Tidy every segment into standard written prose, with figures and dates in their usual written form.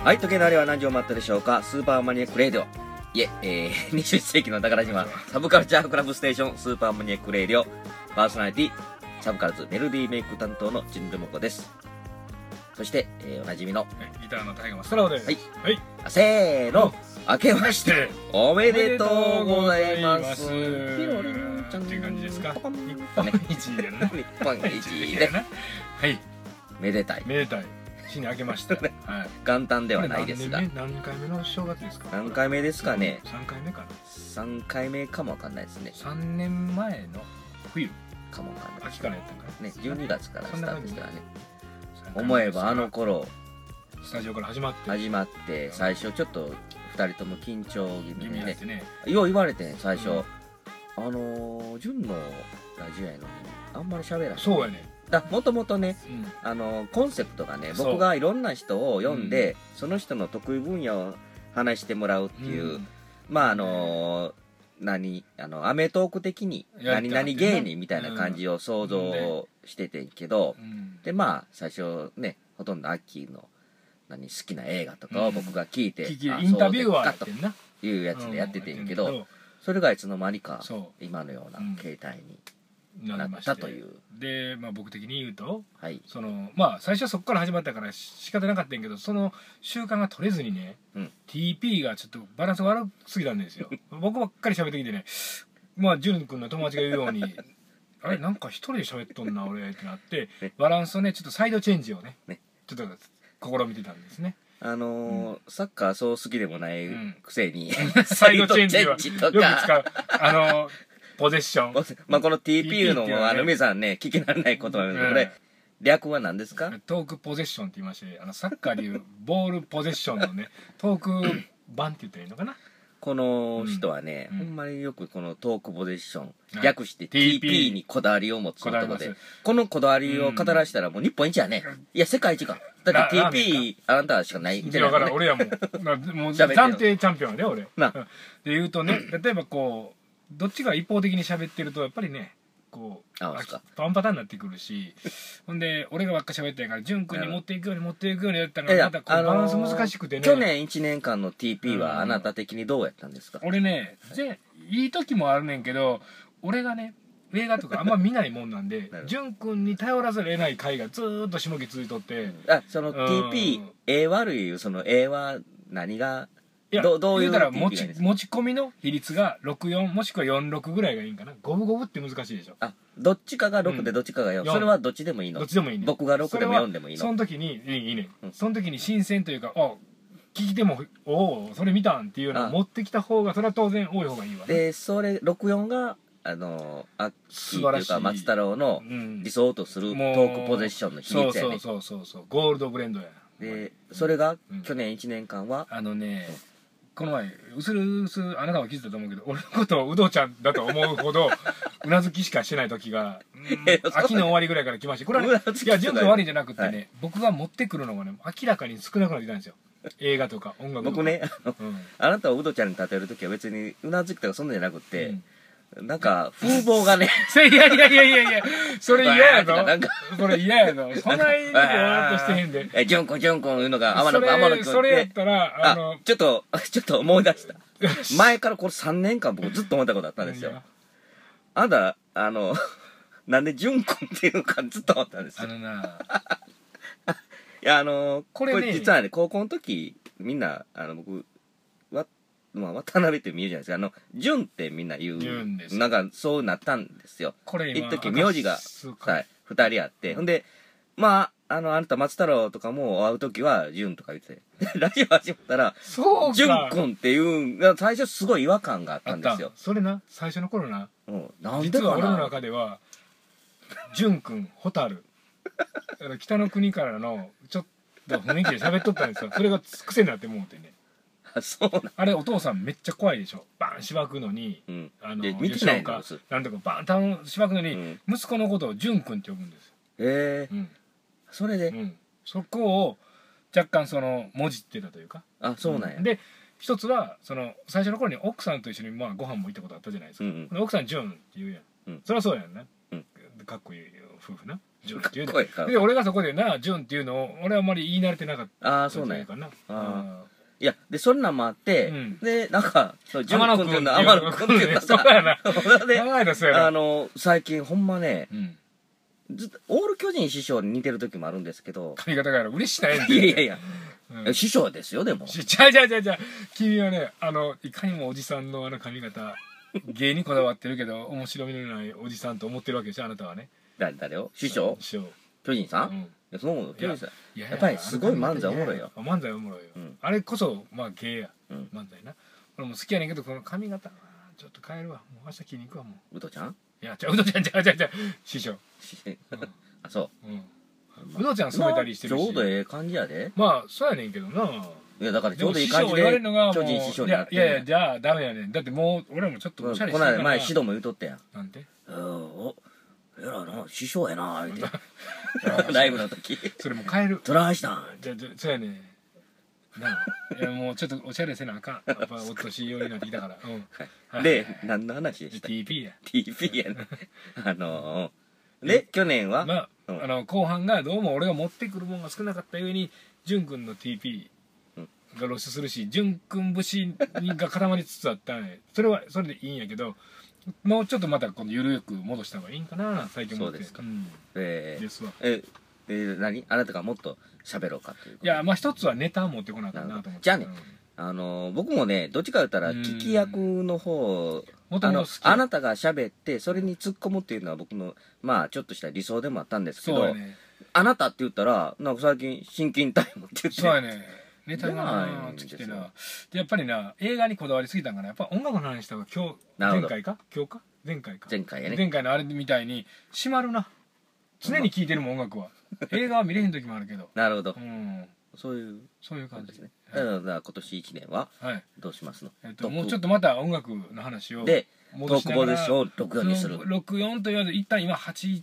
はい、時計のあれは何時を待ったでしょうか。スーパーマニアックレイディオ。いえ、21世紀の宝島、サブカルチャークラブステーション、スーパーマニアックレイディオ、パーソナリティ、サブカルズメロディーメイク担当のジンルモコです。そして、おなじみの、 ギターのタイガーマスタローです。 はい。 はい。 せーの、明けまして、おめでとうございます。 ピロリンちゃんっていう感じですか。日本一やな。 日本一で。 はい。 めでたい。 めでたい。新年明けました。はい。 元旦ではないですが。 何回目の正月ですか。 何回目ですかね。 3回目かな。 3回目かもわかんないですね。 3年前の冬かもわかんない。 秋からやったんかな。 ね、12月からスタートですからね。 思思えばあの頃スタジオから始まって最初ちょっと2人とも緊張気味でね、 よう言われてん最初、純のラジオやのにあんまり喋らない。 そうやね。 もともとね、コンセプトがね、僕がいろんな人を呼んで、その人の得意分野を話してもらうっていう、まあアメトーク的に何々芸人みたいな感じを想像しててんけど、でまあ最初ね、ほとんどアッキーの好きな映画とかを僕が聞いて、 インタビュアーというやつでやっててんけど、それがいつの間にか今のような形態になったという。 で、まあ僕的に言うと、 はい、 まあ最初はそこから始まったから仕方なかったんやけど、その習慣が取れずにね、TP がちょっとバランス悪すぎたんですよ。僕ばっかり喋ってきてね、まあ潤君の友達が言うようにあれなんか一人で喋っとんな俺ってなって、バランスをねちょっとサイドチェンジをねちょっと試みてたんですね。 サッカーそう好きでもないくせに、 サイドチェンジはよく使うポゼッション。 まあこの TP の皆さんね聞き慣れない言葉なんですけど、これ略は何ですか？ トークポゼッションって言いまして、サッカーでいうボールポゼッションのねトーク版って言ったらいいのかな。 この人はね、ほんまによくこのトークポゼッション、略して TP にこだわりを持つ男で、このこだわりを語らしたらもう日本一やね。いや世界一か。だって TP あなたしかないんじゃないかね。 俺やもう暫定チャンピオンやで俺。で言うとね、例えばこうどっちが一方的に喋ってるとやっぱりねこうパンパターンになってくるし、ほんで俺がばっか喋ってんから潤君に持っていくようにやったらまたこうバランス難しくてね。 去年1年間の TP はあなた的にどうやったんですか？ 俺ねいい時もあるねんけど、俺がね映画とかあんま見ないもんなんで潤君に頼らざるを得ない回がずーっと下期続いとって、 その TP 悪いそのは何がどういう言うたら持ち込みの比率が64もしくは46ぐらいがいいんかな。五分五分って難しいでしょ。 どっちかが6でどっちかが4、それはどっちでもいいの？ どっちでもいいね。 僕が6でも4でもいいの？ その時にいいね、その時に新鮮というか聞いてもおそれ見たんっていうのを持ってきた方がそれは当然多い方がいいわ、ね。 でそれ64がアッキーというか松太郎の理想とするトークポゼッションの比率やね。 そうゴールドブレンドや。 でそれが去年1年間はこの前うすあなたは気づいたと思うけど、俺のことをウドちゃんだと思うほどうなずきしかしてない時が秋の終わりぐらいから来まして、これはねいや順君悪いんじゃなくてね、僕が持ってくるのがね明らかに少なくなってきたんですよ。映画とか音楽とか。 僕ねあなたをウドちゃんに例える時は別にうなずきとかそんなんじゃなくて、なんか風貌がねいやそれ嫌やぞ。それ嫌やぞ。そんなにぼーっとしてへんで。 ジョンコいうのが天野君それやったらちょっと思い出した。前からこれ3年間僕ずっと思ったことあったんですよ。あんたなんでジュン君っていうのかずっと思ったんですよ。いやこれ実はね高校の時みんな僕渡辺って見るじゃないですか。潤ってみんな言うんです。なんかそうなったんですよ。一時名字が2人あって、ほんでまああなた松太郎とかも会う時は潤とか言ってて、ラジオ始まったら潤君っていう最初すごい違和感があったんですよ。 それな最初の頃な、 なんで実は俺の中では潤君蛍北の国からのちょっと雰囲気で喋っとったんですよ。それが癖になって思うてね。あれお父さんめっちゃ怖いでしょ。バンしばくのに吉岡なんとかバンしばくのに息子のことを潤君って呼ぶんですよ。 へえ。それでそこを若干文字ってたというか。 そうなんや。 で一つは最初の頃に奥さんと一緒にご飯も行ったことあったじゃないですか。奥さん潤って言うやん。そりゃそうやんな。かっこいい夫婦な。 ジュンっていうので俺がそこでなジュンっていうのを俺はあんまり言い慣れてなかったああそうなんやかな。 いやでそんなんもあって、でなんかジュン君っていうのは天野君っていうのそうやなで最近ほんまね、ずっとオール巨人師匠に似てる時もあるんですけど髪型が嬉しないんでいや師匠ですよでもじゃあ君はねいかにもおじさんの髪型芸にこだわってるけど面白みのないおじさんと思ってるわけでしょあなたはね。 誰を師匠巨人さん、その巨人さんやっぱりすごい漫才おもろいよ。 漫才おもろいよ、あれこそまあ芸や、漫才な。俺も好きやねんけどこの髪型ちょっと変えるわ。もう明日切りに行くわもう。 うどちゃん？ いやうどちゃんじゃ師匠あそううどちゃん染めたりしてるしちょうどええ感じやで。 まあそうやねんけどな。 いやだからちょうどいい感じで巨人師匠になって。 いやじゃあダメやねん。だってもう俺もちょっとおしゃれしてるから。 この間前指導も言うとったやん。 なんで？ えらな師匠やな言うてライブの時それも変えるトライしたんじゃそうやねいやもうちょっとおしゃれせなあかんやっぱお年寄りになってきたからで何の話でした？ TP や TP やねで去年はまあ後半がどうも俺が持ってくるもんが少なかったゆえに潤くんの TP が露出するし潤くん節が固まりつつあったんや。それはそれでいいんやけどもうちょっとまた今度ゆるく戻した方がいいんかな最近思って。 そうですか。 ですわ。 何あなたがもっと喋ろうかという。 いやまあ一つはネタ持ってこなあかんなと思って。 じゃあね僕もねどっちか言ったら聞き役の方あなたが喋ってそれに突っ込むっていうのは僕のまあちょっとした理想でもあったんですけど、あなたって言ったらなんか最近心筋タイムって言って。 そうやねネタがな尽きてな。でやっぱりな映画にこだわりすぎたんかな。やっぱ音楽の話した方が前回やね前回のあれみたいに締まるな。常に聴いてるもん音楽は。映画は見れへん時もあるけど。 なるほど。そういう感じですね。 だから今年1年はどうしますの？ もうちょっとまた音楽の話をでトークポジションを64にする。 64と言わず一旦今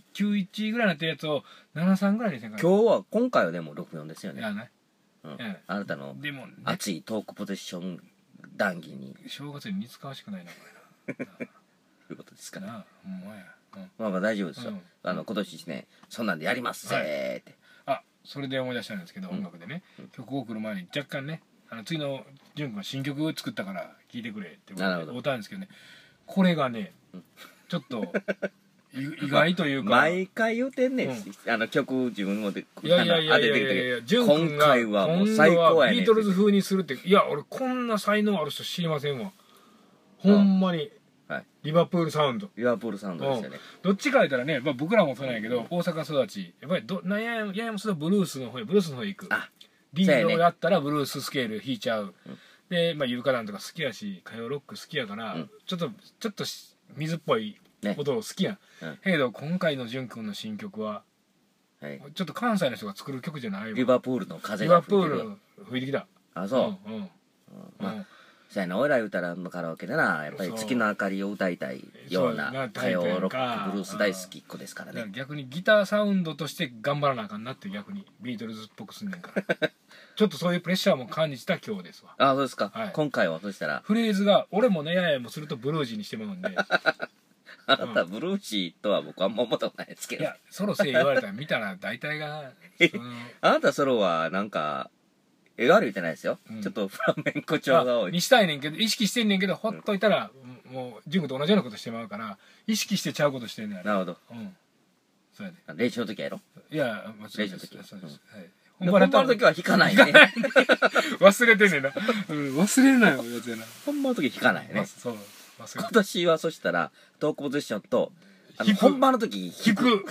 891ぐらいになってるやつを73ぐらいにせんか。 今回はでも64ですよね。あなたの熱いトークポジション談義に正月に似つかわしくないなこれなということですか。 まあ大丈夫ですよ。今年1年そんなんでやりますぜって。 それで思い出したんですけど音楽でね曲を送る前に若干ね次の潤君が新曲を作ったから聴いてくれって思ったんですけどねこれがねちょっと意外というか毎回言うてんねん曲自分もでいや潤君が今回はビートルズ風にするっていや俺こんな才能ある人知りませんわほんまに。リバプールサウンドですよね。 どっちか言ったらね僕らもそうなんやけど大阪育ちやっぱりややもするとブルースの方へ行く。リードをやったらブルーススケール弾いちゃう。でゆるかなんとか好きやし歌謡ロック好きやからちょっと水っぽいことを好きやん。けど今回の潤君の新曲はちょっと関西の人が作る曲じゃないわ。 リバプールの風が吹いてきた。 あそうそうやな俺ら言うたらカラオケでなやっぱり月の明かりを歌いたいような歌謡ロックブルース大好きっ子ですからね。 逆にギターサウンドとして頑張らなあかんなって逆にビートルズっぽくすんねんからちょっとそういうプレッシャーも感じた今日ですわ。 そうですか。今回はそしたらフレーズが俺もねややもするとブルージーにしてまうんであなたブルージーとは僕はあんま思ったことないですけど。 いやソロせ言われたら見たら大体があなたソロはなんか悪い言ってないですよ、ちょっとフラメンコ調が多いにしたいねんけど意識してんねんけどほっといたらもう純子と同じようなことしてまうから意識してちゃうことしてんねん。 なるほど。 そうやね。 練習の時やろ。 いや練習の時そうです。 本番の時は弾かないね。 忘れてんねんな。忘れるなよやつやな。 本番の時弾かないね。 そう今年はそしたらトークポジションと本番の時弾く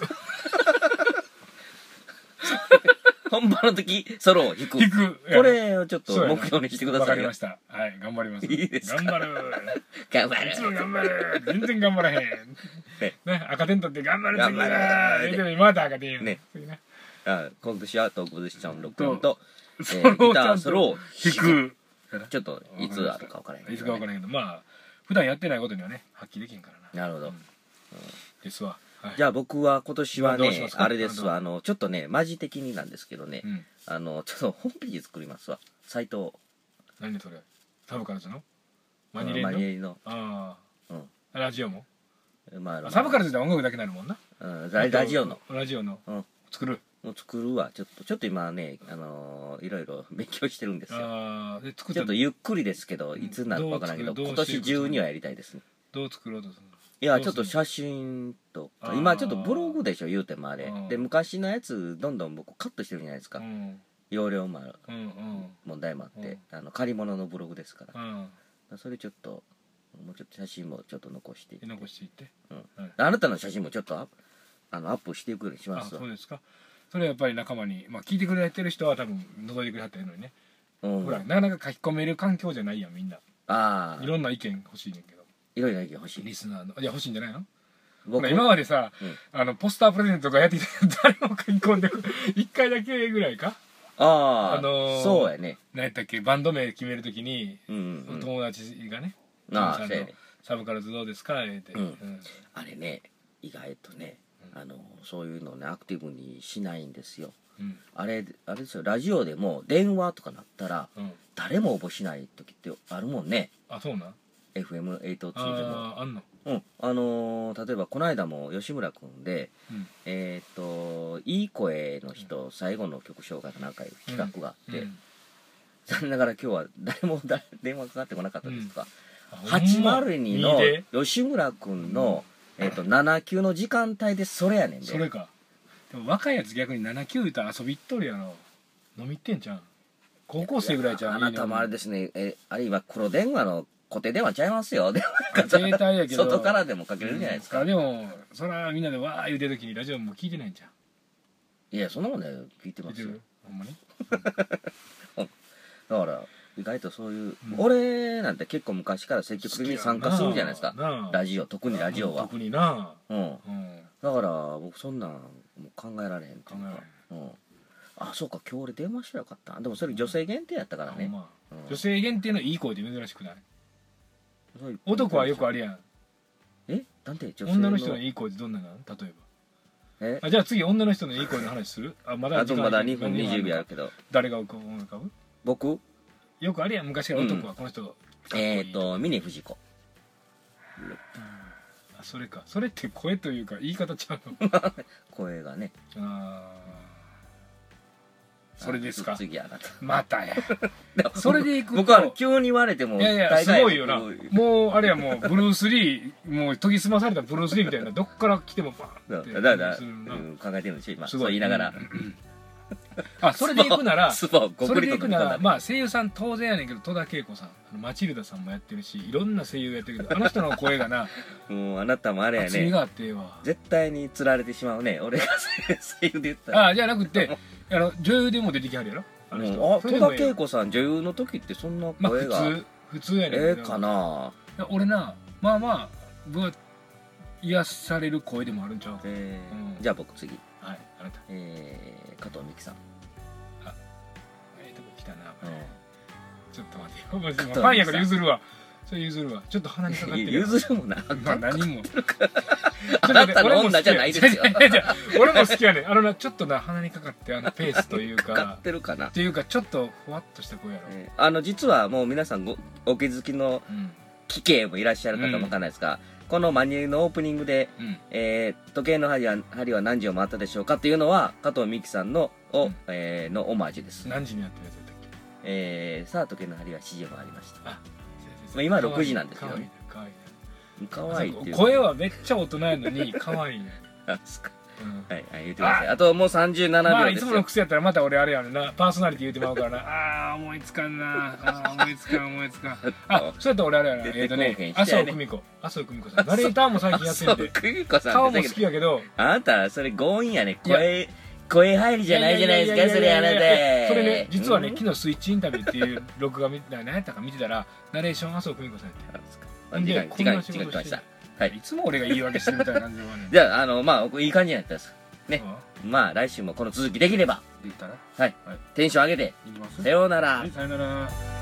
本番の時ソロを弾くこれをちょっと目標にしてくださいよ。 わかりました。はい頑張ります。 いいですか。 頑張るいつも頑張る全然頑張らへんね。赤点取って頑張る次だまた赤点やね。 今年はトークポジション録音とギターソロを弾く。ちょっといつあるか分からへんけど、 いつか分からへんけどまあ普段やってないことにはね発揮できへんからな。 なるほど。 ですわ。 じゃあ僕は今年はねあれですわちょっとねマジ的になんですけどねちょっとホームページ作りますわ。サイトを。 何それ？サブカルズの？ マニレの。 ラジオも？ まあサブカルズで音楽だけなるもんな。 ラジオの作る。 もう作るわ。ちょっと今ね、いろいろ勉強してるんですよ。ちょっとゆっくりですけど、いつになるかわからんけど、今年中にはやりたいですね。 どう作ろうとするの？ いや、ちょっと写真とか、今ちょっとブログでしょ、言うてもあれ。で、昔のやつ、どんどん僕カットしてるじゃないですか。容量も問題もあって、借り物のブログですから。それちょっと、もうちょっと写真もちょっと残していって。あなたの写真もちょっとアップしていくようにしますわ。 そうですか。それはやっぱり仲間に、聞いてくれてる人は多分覗いてくれはったらいいのにね。ほら、なかなか書き込める環境じゃないやん、みんな。いろんな意見欲しいねんけど。 いろいろ意見欲しい。 リスナーの。いや、欲しいんじゃないの？今までさ、ポスタープレゼントとかやってきた誰も書き込んで1回だけぐらいか？ そうやね。 何やったっけ、バンド名決めるときに、お友達がね、サブカルズどうですかって。 あれね、意外とね、そういうのねアクティブにしないんですよ。あれですよ、ラジオでも電話とかなったら誰も応募しない時ってあるもんね。 そうなん？ FM802 でもあんの？ 例えばこの間も吉村君で、いい声の人最後の曲紹介かなんかいう企画があって、残念ながら今日は誰も電話かかってこなかったですとか、802の吉村君の7級の時間帯でそれやねんで。 それか。でも若いやつ逆に7級言うたら遊び行っとるやろ。飲み行ってんじゃん。高校生ぐらいじゃん。 あなたもあれですね、あれ今黒電話の固定電話ちゃいますよ。 携帯やけど外からでもかけれるじゃないですか。 でもそれはみんなでわー言うてる時にラジオも聞いてないんじゃん。 いや、そんなもんね、聞いてますよ。 ほんまに。 だから意外とそういう、俺なんて結構昔から積極的に参加するじゃないですか、ラジオ、特にラジオは。 特にな。 だから僕そんなんもう考えられへんっていうか。そうか、今日俺電話したらよかった。でもそれ女性限定やったからね。 女性限定のいい声で珍しくない？男はよくあるやん。 なんで女の人のいい声ってどんなの？例えば。じゃあ次女の人のいい声の話する？まだ 2分20秒あるけど。 誰が思い浮かぶ？ 僕？ よくあるやん、昔から男はこの人。 峰不二子。 それか。それって声というか言い方ちゃうの？ 声がね。 それですか。 次あなた。 またや。それでいくと僕は急に言われても。 いやすごいよな。もうあれや、もうブルース・リー、もう研ぎ澄まされたブルース・リーみたいな、どっから来てもバーンって。 だから考えてるんでしょ今。そう言いながら。 それでいくなら、 それでいくなら、声優さん当然やねんけど、戸田恵子さん、マチルダさんもやってるし、いろんな声優やってるけど、あの人の声がな、 もうあなたもあれやね、 厚みがあってわ。 絶対に釣られてしまうね、俺が声優で言ったら。 じゃなくて、女優でも出てきはるやろ。 戸田恵子さん女優の時ってそんな声が普通やねんかな。 俺な、まあ癒される声でもあるんちゃう。 じゃあ僕次。 はい、あなた。 加藤美希さん。 とこ来たな。ちょっと待ってよ。ファンやから譲るわ。それ譲るわ。ちょっと鼻にかかってる。 譲るもな。 何も。 あなたの女じゃないですよ。 俺も好きやねん。ちょっとな、鼻にかかって、ペースというか。 かかってるかな。 っていうか、ちょっとふわっとした声やろ。 実はもう皆さんお気づきの貴兄もいらっしゃるかと思わないですか。このマニュアルのオープニングで、時計の針は何時を回ったでしょうかっていうのは加藤美希さんのオマージュです。 何時にやってるやつだったっけ？さあ時計の針は7時を回りました。今6時なんですけどね。かわいいっていう。 声はめっちゃ大人やのにかわいいね。 はい、言ってください。あともう37秒ですよ。 いつもの癖やったらまた俺あれやるな、パーソナリティ言うてまうからな。思いつかんな。思いつかん。そうやったら俺あれやな。麻生久美子さん。ナレーターも最近やってるんで。 久美子さん顔も好きやけど。 あなたそれ強引やね。声入りじゃないじゃないですか、それあなた。それね、実はね、昨日スイッチインタビューっていう録画何やったか見てたら、ナレーション麻生久美子さんやって。 時間来ました。 はい、いつも俺が言い訳してるみたいな感じで。 じゃあいい感じになったんですね。来週もこの続きできれば、はい、テンション上げて、さようなら。 さようなら。